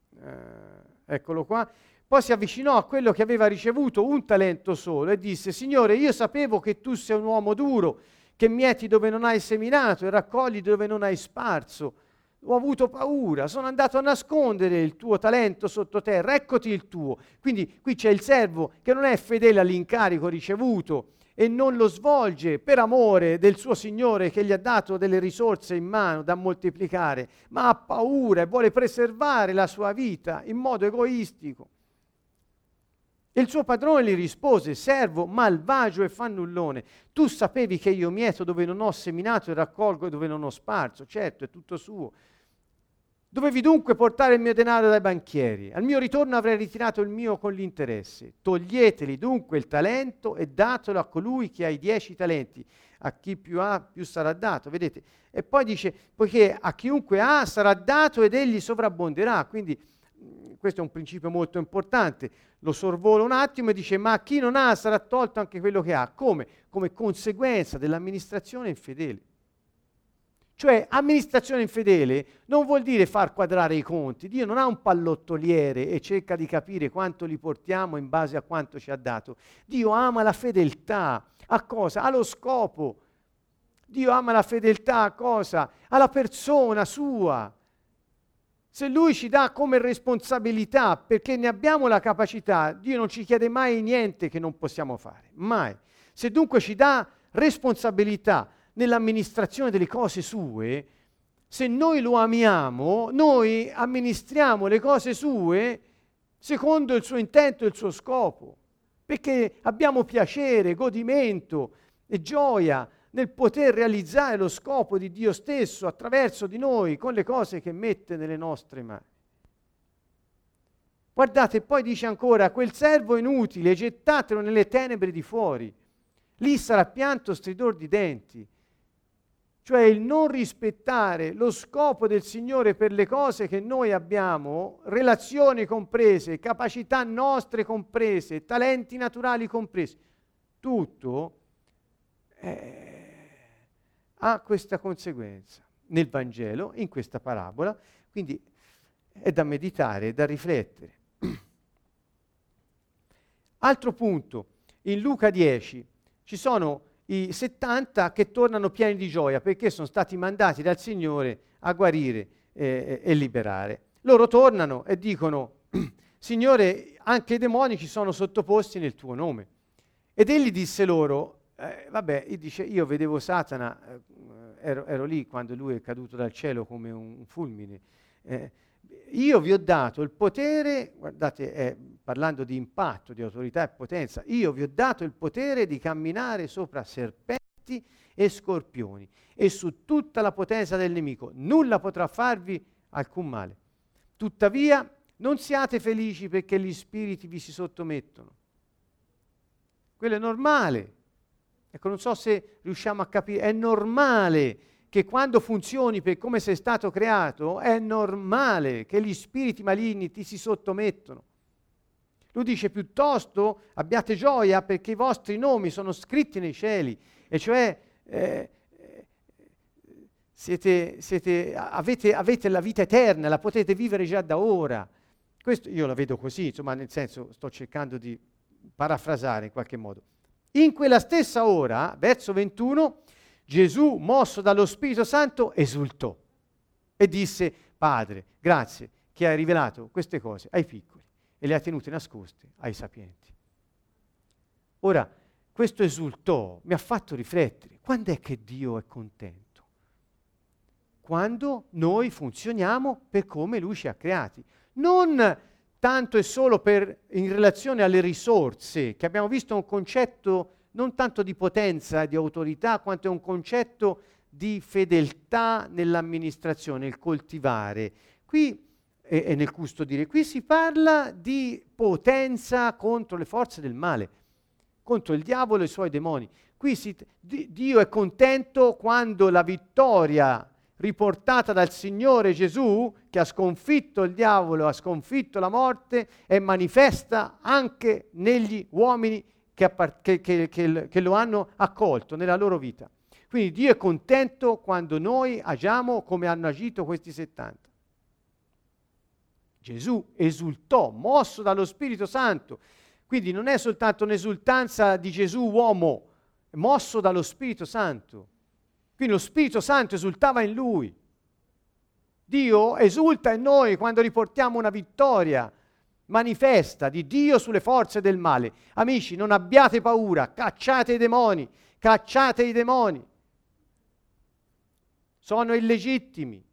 eccolo qua. Poi si avvicinò a quello che aveva ricevuto un talento solo e disse: Signore, io sapevo che tu sei un uomo duro, che mieti dove non hai seminato e raccogli dove non hai sparso. Ho avuto paura, sono andato a nascondere il tuo talento sottoterra, eccoti il tuo. Quindi qui c'è il servo che non è fedele all'incarico ricevuto e non lo svolge per amore del suo Signore che gli ha dato delle risorse in mano da moltiplicare, ma ha paura e vuole preservare la sua vita in modo egoistico. E il suo padrone gli rispose: servo malvagio e fannullone, tu sapevi che io mieto dove non ho seminato e raccolgo dove non ho sparso. Certo, è tutto suo. Dovevi dunque portare il mio denaro dai banchieri. Al mio ritorno avrei ritirato il mio con l'interesse. Toglieteli dunque il talento e datelo a colui che ha i 10 talenti. A chi più ha, più sarà dato. Vedete? E poi dice: poiché a chiunque ha sarà dato ed egli sovrabbonderà. Quindi questo è un principio molto importante. Lo sorvolo un attimo e dice: ma a chi non ha sarà tolto anche quello che ha. Come? Come conseguenza dell'amministrazione infedele. Cioè, amministrazione infedele non vuol dire far quadrare i conti. Dio non ha un pallottoliere e cerca di capire quanto li portiamo in base a quanto ci ha dato. Dio ama la fedeltà. A cosa? Allo scopo. Dio ama la fedeltà a cosa? Alla persona sua. Se Lui ci dà come responsabilità, perché ne abbiamo la capacità, Dio non ci chiede mai niente che non possiamo fare. Mai. Se dunque ci dà responsabilità nell'amministrazione delle cose sue, se noi lo amiamo, noi amministriamo le cose sue secondo il suo intento e il suo scopo, perché abbiamo piacere, godimento e gioia nel poter realizzare lo scopo di Dio stesso attraverso di noi con le cose che mette nelle nostre mani. Guardate, poi dice ancora: quel servo inutile gettatelo nelle tenebre di fuori, lì sarà pianto, stridor di denti. Cioè il non rispettare lo scopo del Signore per le cose che noi abbiamo, relazioni comprese, capacità nostre comprese, talenti naturali compresi, tutto ha questa conseguenza nel Vangelo, in questa parabola, quindi è da meditare, è da riflettere. Altro punto, in Luca 10 ci sono i 70 che tornano pieni di gioia perché sono stati mandati dal Signore a guarire e liberare. Loro tornano e dicono: Signore, anche i demoni ci sono sottoposti nel tuo nome. Ed egli disse loro: io vedevo Satana, ero lì quando lui è caduto dal cielo come un fulmine. Io vi ho dato il potere, guardate, è parlando di impatto, di autorità e potenza, io vi ho dato il potere di camminare sopra serpenti e scorpioni e su tutta la potenza del nemico, nulla potrà farvi alcun male. Tuttavia non siate felici perché gli spiriti vi si sottomettono. Quello è normale. Ecco, non so se riusciamo a capire, è normale che quando funzioni per come sei stato creato, è normale che gli spiriti maligni ti si sottomettono. Lui dice piuttosto abbiate gioia perché i vostri nomi sono scritti nei cieli, e cioè avete la vita eterna, la potete vivere già da ora. Questo io la vedo così, insomma, nel senso, sto cercando di parafrasare in qualche modo. In quella stessa ora, verso 21, Gesù, mosso dallo Spirito Santo, esultò e disse: Padre, grazie che hai rivelato queste cose ai piccoli e le hai tenute nascoste ai sapienti. Ora, questo esultò mi ha fatto riflettere. Quando è che Dio è contento? Quando noi funzioniamo per come Lui ci ha creati. Non tanto e solo in relazione alle risorse, che abbiamo visto un concetto non tanto di potenza, di autorità, quanto è un concetto di fedeltà nell'amministrazione, il coltivare. Qui e nel custodire. Qui si parla di potenza contro le forze del male, contro il diavolo e i suoi demoni. Qui Dio è contento quando la vittoria riportata dal Signore Gesù, che ha sconfitto il diavolo, ha sconfitto la morte, è manifesta anche negli uomini che lo hanno accolto nella loro vita. Quindi Dio è contento quando noi agiamo come hanno agito questi 70. Gesù esultò, mosso dallo Spirito Santo. Quindi non è soltanto un'esultanza di Gesù uomo, è mosso dallo Spirito Santo. Quindi lo Spirito Santo esultava in Lui. Dio esulta in noi quando riportiamo una vittoria manifesta di Dio sulle forze del male. Amici, non abbiate paura, cacciate i demoni, cacciate i demoni. Sono illegittimi,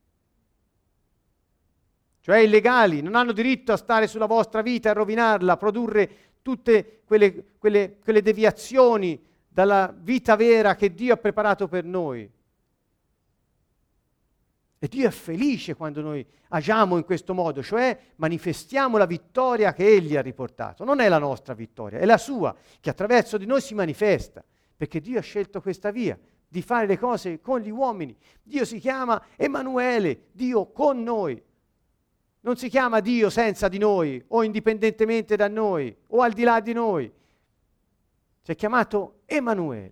cioè illegali, non hanno diritto a stare sulla vostra vita, a rovinarla, a produrre tutte quelle deviazioni dalla vita vera che Dio ha preparato per noi. E Dio è felice quando noi agiamo in questo modo, cioè manifestiamo la vittoria che Egli ha riportato. Non è la nostra vittoria, è la sua, che attraverso di noi si manifesta, perché Dio ha scelto questa via, di fare le cose con gli uomini. Dio si chiama Emanuele, Dio con noi. Non si chiama Dio senza di noi, o indipendentemente da noi, o al di là di noi. Si è chiamato Emanuele.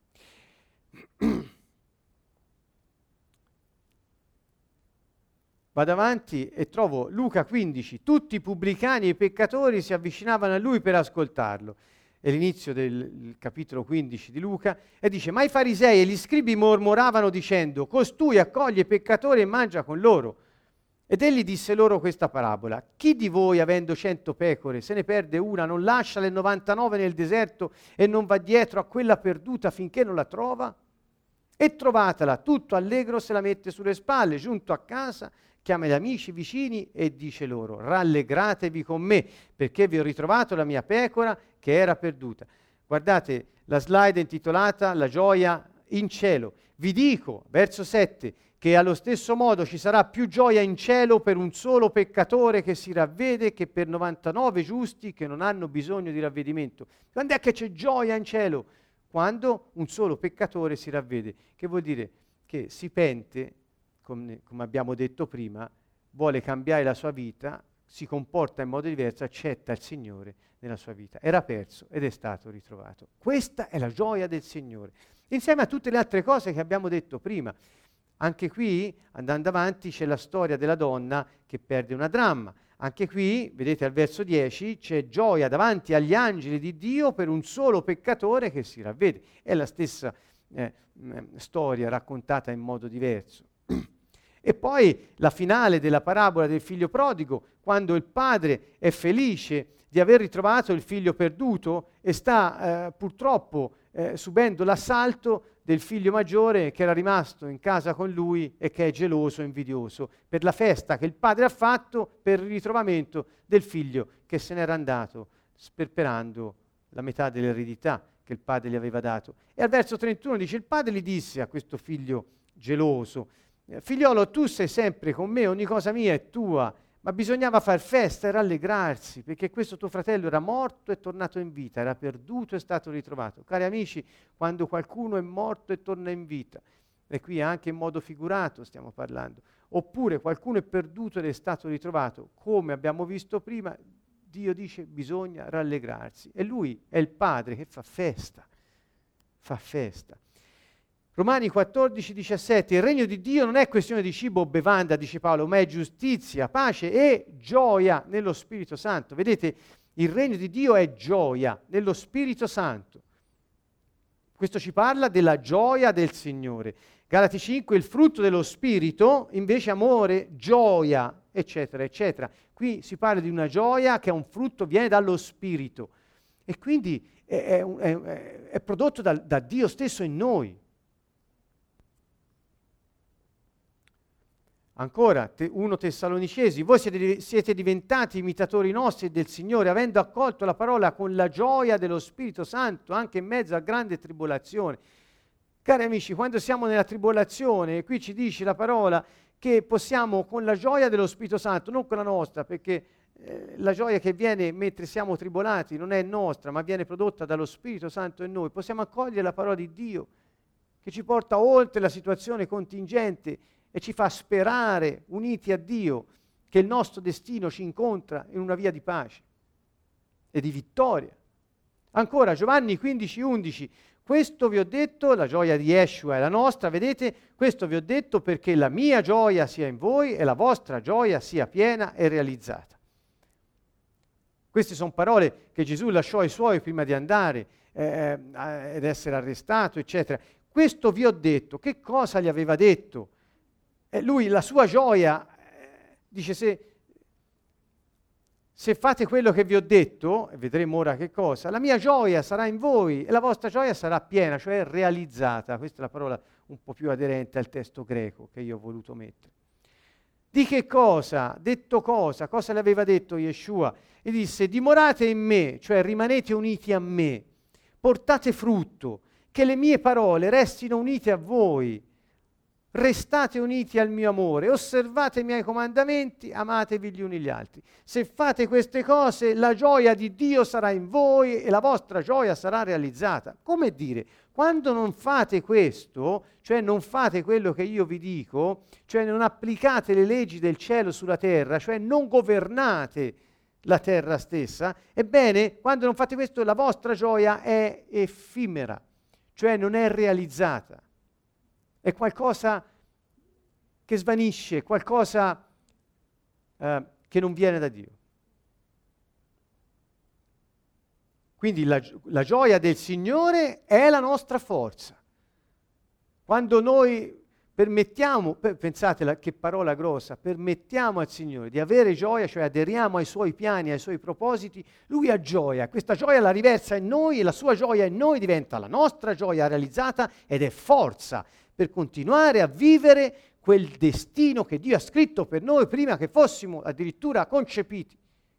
Vado avanti e trovo Luca 15. Tutti i pubblicani e i peccatori si avvicinavano a lui per ascoltarlo. È l'inizio del capitolo 15 di Luca, e dice: ma i farisei e gli scribi mormoravano dicendo: costui accoglie i peccatori e mangia con loro. Ed egli disse loro questa parabola: chi di voi, avendo 100 pecore, se ne perde una, non lascia le 99 nel deserto e non va dietro a quella perduta finché non la trova? E trovatela, tutto allegro se la mette sulle spalle, giunto a casa chiama gli amici vicini e dice loro: rallegratevi con me, perché vi ho ritrovato la mia pecora che era perduta. Guardate la slide intitolata La gioia in cielo. Vi dico, verso 7, che allo stesso modo ci sarà più gioia in cielo per un solo peccatore che si ravvede che per 99 giusti che non hanno bisogno di ravvedimento. Quando è che c'è gioia in cielo? Quando un solo peccatore si ravvede. Che vuol dire? Che si pente, come abbiamo detto prima, vuole cambiare la sua vita, si comporta in modo diverso, accetta il Signore nella sua vita. Era perso ed è stato ritrovato. Questa è la gioia del Signore, insieme a tutte le altre cose che abbiamo detto prima. Anche qui, andando avanti, c'è la storia della donna che perde una dramma. Anche qui, vedete al verso 10, c'è gioia davanti agli angeli di Dio per un solo peccatore che si ravvede. È la stessa storia raccontata in modo diverso. E poi la finale della parabola del figlio prodigo, quando il padre è felice di aver ritrovato il figlio perduto e sta purtroppo subendo l'assalto del figlio maggiore che era rimasto in casa con lui e che è geloso e invidioso per la festa che il padre ha fatto per il ritrovamento del figlio che se n'era andato sperperando la metà dell'eredità che il padre gli aveva dato. E al verso 31 dice: il padre gli disse a questo figlio geloso: figliolo, tu sei sempre con me, ogni cosa mia è tua, ma bisognava far festa e rallegrarsi, perché questo tuo fratello era morto e è tornato in vita, era perduto e è stato ritrovato. Cari amici, quando qualcuno è morto e torna in vita, e qui anche in modo figurato stiamo parlando, oppure qualcuno è perduto ed è stato ritrovato, come abbiamo visto prima, Dio dice bisogna rallegrarsi. E lui è il Padre che fa festa, fa festa. Romani 14, 17, il regno di Dio non è questione di cibo o bevanda, dice Paolo, ma è giustizia, pace e gioia nello Spirito Santo. Vedete, il regno di Dio è gioia nello Spirito Santo. Questo ci parla della gioia del Signore. Galati 5, il frutto dello Spirito, invece amore, gioia, eccetera, eccetera. Qui si parla di una gioia che è un frutto, viene dallo Spirito. E quindi è prodotto da Dio stesso in noi. Ancora, 1 Tessalonicesi, voi siete diventati imitatori nostri e del Signore, avendo accolto la parola con la gioia dello Spirito Santo, anche in mezzo a grande tribolazione. Cari amici, quando siamo nella tribolazione, qui ci dice la parola che possiamo con la gioia dello Spirito Santo, non con la nostra, perché la gioia che viene mentre siamo tribolati non è nostra, ma viene prodotta dallo Spirito Santo in noi. Possiamo accogliere la parola di Dio, che ci porta oltre la situazione contingente e ci fa sperare, uniti a Dio, che il nostro destino ci incontra in una via di pace e di vittoria. Ancora, Giovanni 15, 11, questo vi ho detto, la gioia di Yeshua è la nostra, vedete, questo vi ho detto perché la mia gioia sia in voi e la vostra gioia sia piena e realizzata. Queste sono parole che Gesù lasciò ai suoi prima di andare ed essere arrestato, eccetera. Questo vi ho detto, che cosa gli aveva detto? Lui, la sua gioia, dice se fate quello che vi ho detto, e vedremo ora che cosa, la mia gioia sarà in voi e la vostra gioia sarà piena, cioè realizzata. Questa è la parola un po' più aderente al testo greco che io ho voluto mettere. Di che cosa? Detto cosa? Cosa le aveva detto Yeshua? E disse: dimorate in me, cioè rimanete uniti a me, portate frutto, che le mie parole restino unite a voi. Restate uniti al mio amore, osservate i miei comandamenti, amatevi gli uni gli altri. Se fate queste cose, la gioia di Dio sarà in voi e la vostra gioia sarà realizzata. Come dire, quando non fate questo, cioè non fate quello che io vi dico, cioè non applicate le leggi del cielo sulla terra, cioè non governate la terra stessa, ebbene, quando non fate questo, la vostra gioia è effimera, cioè non è realizzata. È qualcosa che svanisce, qualcosa che non viene da Dio. Quindi la gioia del Signore è la nostra forza. Quando noi permettiamo, pensate che parola grossa, permettiamo al Signore di avere gioia, cioè aderiamo ai Suoi piani, ai Suoi propositi, Lui ha gioia, questa gioia la riversa in noi e la Sua gioia in noi diventa la nostra gioia realizzata ed è forza per continuare a vivere quel destino che Dio ha scritto per noi prima che fossimo addirittura concepiti.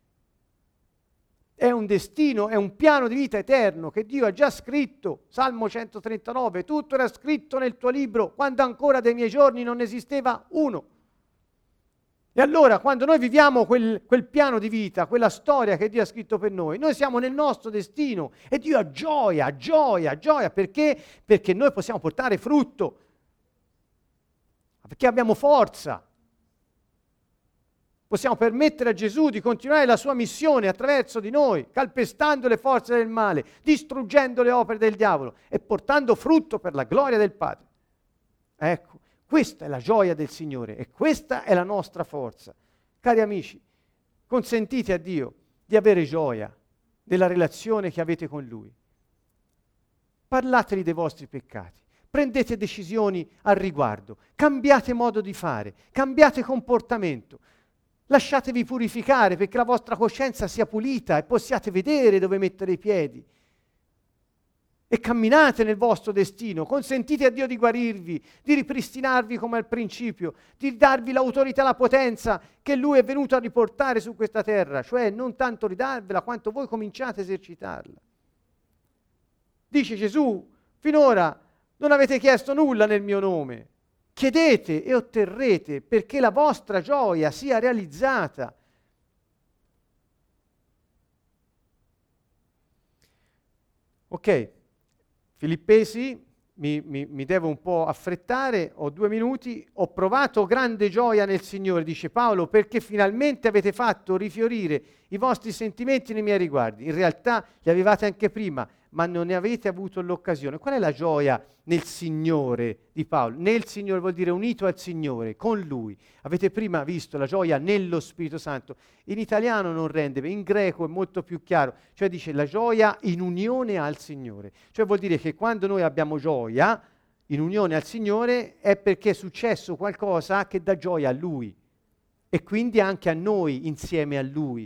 È un destino, è un piano di vita eterno che Dio ha già scritto. Salmo 139, tutto era scritto nel tuo libro quando ancora dei miei giorni non esisteva uno. E allora quando noi viviamo quel piano di vita, quella storia che Dio ha scritto per noi siamo nel nostro destino e Dio ha gioia, gioia, gioia. Perché? Perché noi possiamo portare frutto. Perché abbiamo forza. Possiamo permettere a Gesù di continuare la sua missione attraverso di noi, calpestando le forze del male, distruggendo le opere del diavolo e portando frutto per la gloria del Padre. Ecco, questa è la gioia del Signore e questa è la nostra forza. Cari amici, consentite a Dio di avere gioia della relazione che avete con Lui. Parlateli dei vostri peccati. Prendete decisioni al riguardo, cambiate modo di fare, cambiate comportamento, lasciatevi purificare perché la vostra coscienza sia pulita e possiate vedere dove mettere i piedi. e camminate nel vostro destino, consentite a Dio di guarirvi, di ripristinarvi come al principio, di darvi l'autorità e la potenza che Lui è venuto a riportare su questa terra, cioè non tanto ridarvela quanto voi cominciate a esercitarla. Dice Gesù, finora non avete chiesto nulla nel mio nome, chiedete e otterrete perché la vostra gioia sia realizzata. Ok. Filippesi, mi devo un po' affrettare, ho 2 minuti, ho provato grande gioia nel Signore, dice Paolo, perché finalmente avete fatto rifiorire i vostri sentimenti nei miei riguardi. In realtà li avevate anche prima, ma non ne avete avuto l'occasione. Qual è la gioia nel Signore di Paolo? Nel Signore vuol dire unito al Signore, con Lui. Avete prima visto la gioia nello Spirito Santo. In italiano non rende, in greco è molto più chiaro. Cioè dice la gioia in unione al Signore. Cioè vuol dire che quando noi abbiamo gioia in unione al Signore è perché è successo qualcosa che dà gioia a Lui. E quindi anche a noi insieme a Lui.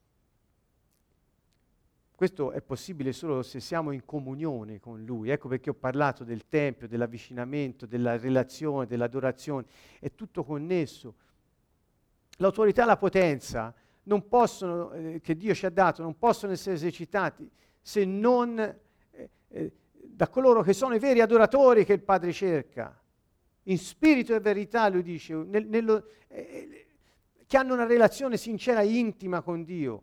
Questo è possibile solo se siamo in comunione con Lui. Ecco perché ho parlato del Tempio, dell'avvicinamento, della relazione, dell'adorazione. È tutto connesso. L'autorità e la potenza non possono, che Dio ci ha dato, non possono essere esercitati se non da coloro che sono i veri adoratori che il Padre cerca. In spirito e verità, Lui dice, che hanno una relazione sincera e intima con Dio.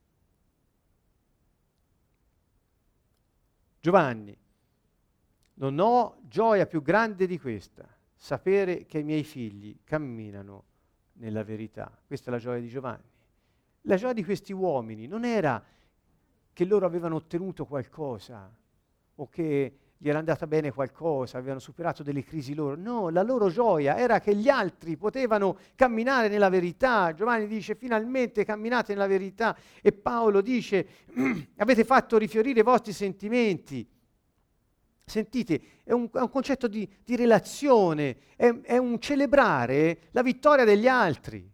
Giovanni, non ho gioia più grande di questa, sapere che i miei figli camminano nella verità. Questa è la gioia di Giovanni. La gioia di questi uomini non era che loro avevano ottenuto qualcosa o che gli era andata bene qualcosa, avevano superato delle crisi loro. No, la loro gioia era che gli altri potevano camminare nella verità. Giovanni dice, finalmente camminate nella verità. E Paolo dice, avete fatto rifiorire i vostri sentimenti. Sentite, è un concetto di relazione, è un celebrare la vittoria degli altri.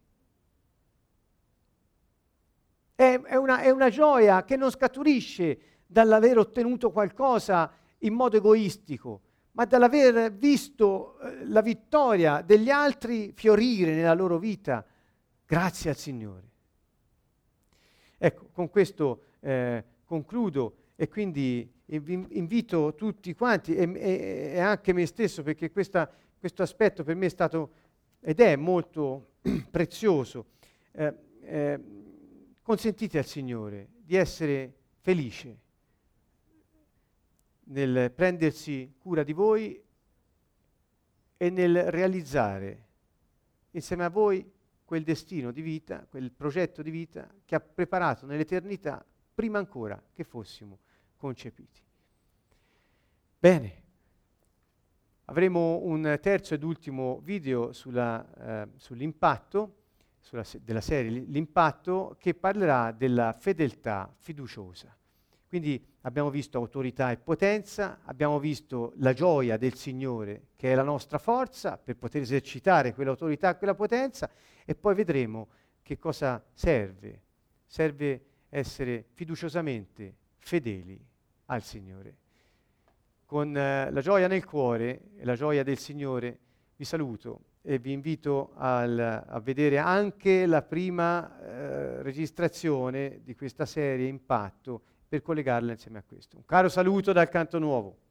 È una gioia che non scaturisce dall'aver ottenuto qualcosa in modo egoistico, ma dall'aver visto la vittoria degli altri fiorire nella loro vita, grazie al Signore. Ecco, con questo concludo e quindi invito tutti quanti e anche me stesso, perché questo aspetto per me è stato ed è molto prezioso. Consentite al Signore di essere felice nel prendersi cura di voi e nel realizzare insieme a voi quel destino di vita, quel progetto di vita che ha preparato nell'eternità prima ancora che fossimo concepiti. Bene, avremo un terzo ed ultimo video sull'impatto della serie L'Impatto, che parlerà della fedeltà fiduciosa. Quindi abbiamo visto autorità e potenza, abbiamo visto la gioia del Signore, che è la nostra forza per poter esercitare quell'autorità e quella potenza, e poi vedremo che cosa serve. Serve essere fiduciosamente fedeli al Signore. Con la gioia nel cuore e la gioia del Signore vi saluto e vi invito a vedere anche la prima registrazione di questa serie Impatto, per collegarla insieme a questo. Un caro saluto dal Canto Nuovo.